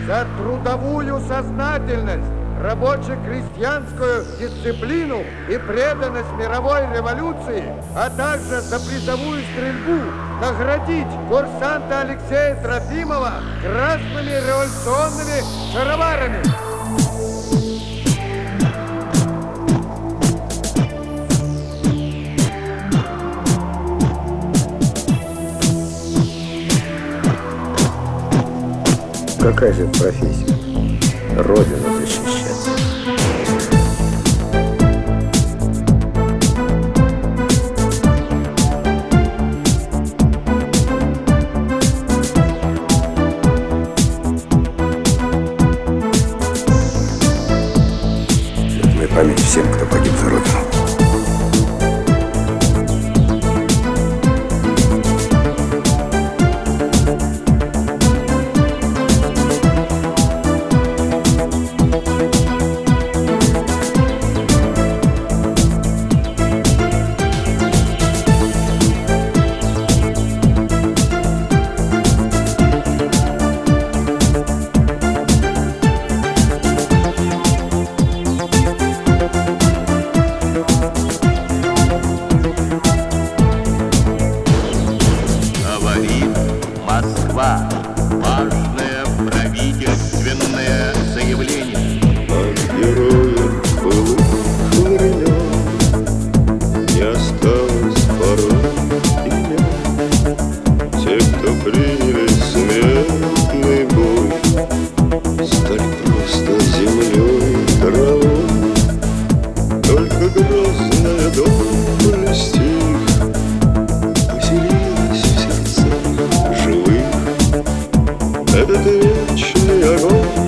за трудовую сознательность, рабоче-крестьянскую дисциплину и преданность мировой революции, а также за призовую стрельбу наградить курсанта Алексея Трофимова красными революционными шароварами. Какая же это профессия? Родину защищать. Светлая память всем, кто погиб за Родину. Москва. Важное правительственное заявление. От героев былых времен не осталось порой имен. Те, кто приняли смертный бой, стали просто землей и травой. Только грозная доблесть их поселилась в сердцах живых. Этот вечный огонь